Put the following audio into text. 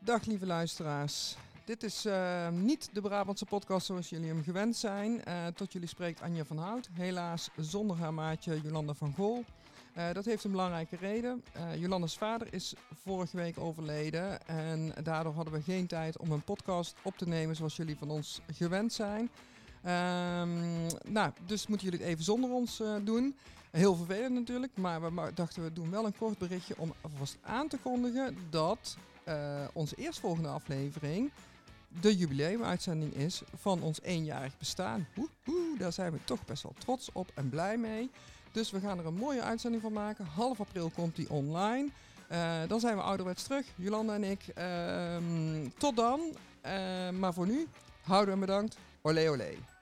Dag lieve luisteraars. Dit is niet de Brabantse podcast zoals jullie hem gewend zijn. Tot jullie spreekt Anja van Hout. Helaas zonder haar maatje Jolanda van Gool. Dat heeft een belangrijke reden. Jolanda's vader is vorige week overleden. En daardoor hadden we geen tijd om een podcast op te nemen zoals jullie van ons gewend zijn. Dus moeten jullie het even zonder ons doen. Heel vervelend natuurlijk. Maar we dachten we doen wel een kort berichtje om alvast aan te kondigen dat onze eerstvolgende aflevering de jubileumuitzending is van ons 1-jarig bestaan. Daar zijn we toch best wel trots op en blij mee. Dus we gaan er een mooie uitzending van maken. Half april komt die online. Dan zijn we ouderwets terug, Jolanda en ik. Tot dan. Maar voor nu, houden en bedankt. Olé olé.